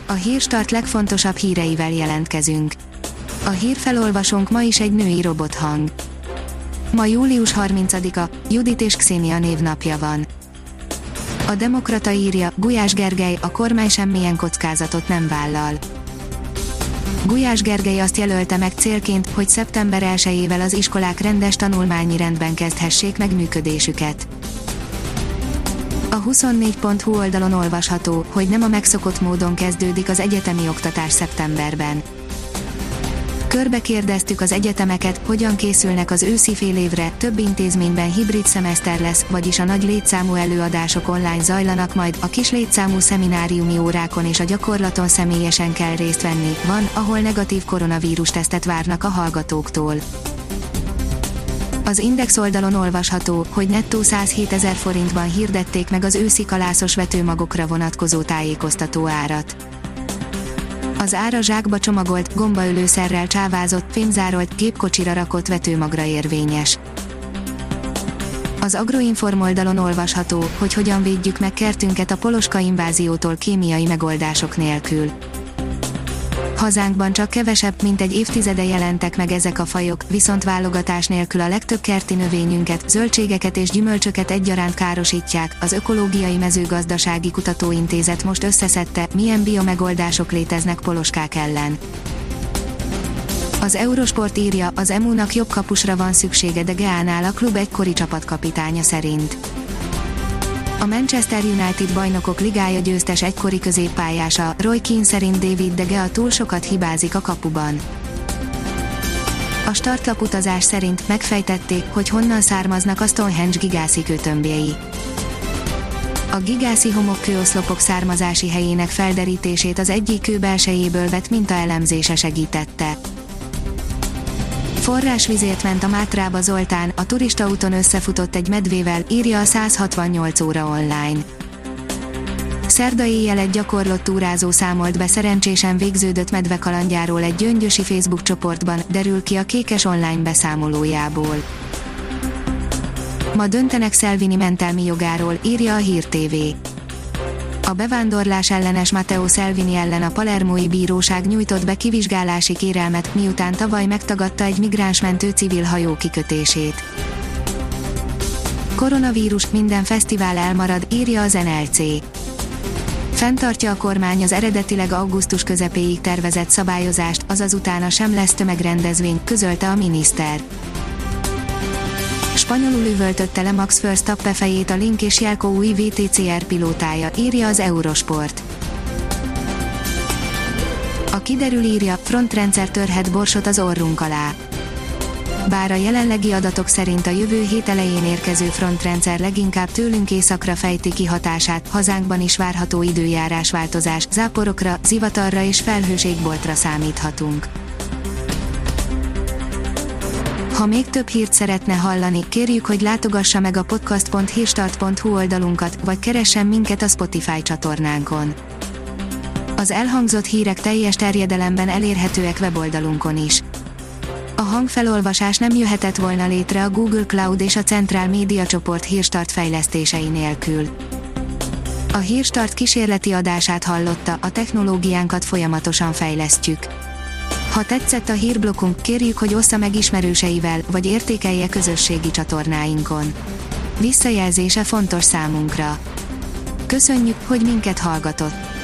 A Hírstart legfontosabb híreivel jelentkezünk. A hírfelolvasónk ma is egy női robothang. Ma július 30-a, Judit és Xenia névnapja van. A Demokrata írja, Gulyás Gergely, a kormány semmilyen kockázatot nem vállal. Gulyás Gergely azt jelölte meg célként, hogy szeptember 1-ével az iskolák rendes tanulmányi rendben kezdhessék meg működésüket. A 24.hu oldalon olvasható, hogy nem a megszokott módon kezdődik az egyetemi oktatás szeptemberben. Körbe kérdeztük az egyetemeket, hogyan készülnek az őszi félévre, több intézményben hibrid szemeszter lesz, vagyis a nagy létszámú előadások online zajlanak majd, a kis létszámú szemináriumi órákon és a gyakorlaton személyesen kell részt venni, van, ahol negatív koronavírus tesztet várnak a hallgatóktól. Az Index oldalon olvasható, hogy nettó 107 000 forintban hirdették meg az őszi kalászos vetőmagokra vonatkozó tájékoztató árat. Az ára zsákba csomagolt, gombaölőszerrel csávázott, fémzárolt, gépkocsira rakott vetőmagra érvényes. Az Agroinform oldalon olvasható, hogy hogyan védjük meg kertünket a poloska inváziótól kémiai megoldások nélkül. Hazánkban csak kevesebb, mint egy évtizede jelentek meg ezek a fajok, viszont válogatás nélkül a legtöbb kerti növényünket, zöldségeket és gyümölcsöket egyaránt károsítják. Az Ökológiai Mezőgazdasági Kutatóintézet most összeszedte, milyen biomegoldások léteznek poloskák ellen. Az Eurosport írja, az EMU-nak jobb kapusra van szüksége De Geánál a klub egykori csapatkapitánya szerint. A Manchester United bajnokok ligája győztes egykori középpályása, Roy Keane szerint David De Gea túl sokat hibázik a kapuban. A startlap utazás szerint megfejtették, hogy honnan származnak a Stonehenge gigászi kőtömbjei. A gigászi homokkőoszlopok származási helyének felderítését az egyik kő belsejéből vett mintaelemzése segítette. Forrásvizért ment a Mátrába Zoltán, a turistaúton összefutott egy medvével, írja a 168 óra online. Szerda éjjel egy gyakorlott túrázó számolt be szerencsésen végződött medvekalandjáról egy gyöngyösi Facebook csoportban, derül ki a Kékes online beszámolójából. Ma döntenek Salvini mentelmi jogáról, írja a Hír TV. A bevándorlás ellenes Matteo Salvini ellen a palermói bíróság nyújtott be kivizsgálási kérelmet, miután tavaly megtagadta egy migránsmentő civil hajó kikötését. Koronavírus, minden fesztivál elmarad, írja az NLC. Fenntartja a kormány az eredetileg augusztus közepéig tervezett szabályozást, azaz utána sem lesz tömegrendezvény, közölte a miniszter. Spanyolul üvöltötte le Max Verstappen fejét a Link és Jelko új VTCR pilótája, írja az Eurosport. A kiderül írja, frontrendszer törhet borsot az orrunk alá. Bár a jelenlegi adatok szerint a jövő hét elején érkező frontrendszer leginkább tőlünk északra fejti ki hatását, hazánkban is várható időjárásváltozás, záporokra, zivatarra és felhős égboltra számíthatunk. Ha még több hírt szeretne hallani, kérjük, hogy látogassa meg a podcast.hírstart.hu oldalunkat, vagy keressen minket a Spotify csatornánkon. Az elhangzott hírek teljes terjedelemben elérhetőek weboldalunkon is. A hangfelolvasás nem jöhetett volna létre a Google Cloud és a Centrál Média csoport Hírstart fejlesztései nélkül. A Hírstart kísérleti adását hallotta, a technológiánkat folyamatosan fejlesztjük. Ha tetszett a hírblokkunk, kérjük, hogy ossza meg ismerőseivel, vagy értékelje közösségi csatornáinkon. Visszajelzése fontos számunkra. Köszönjük, hogy minket hallgatott!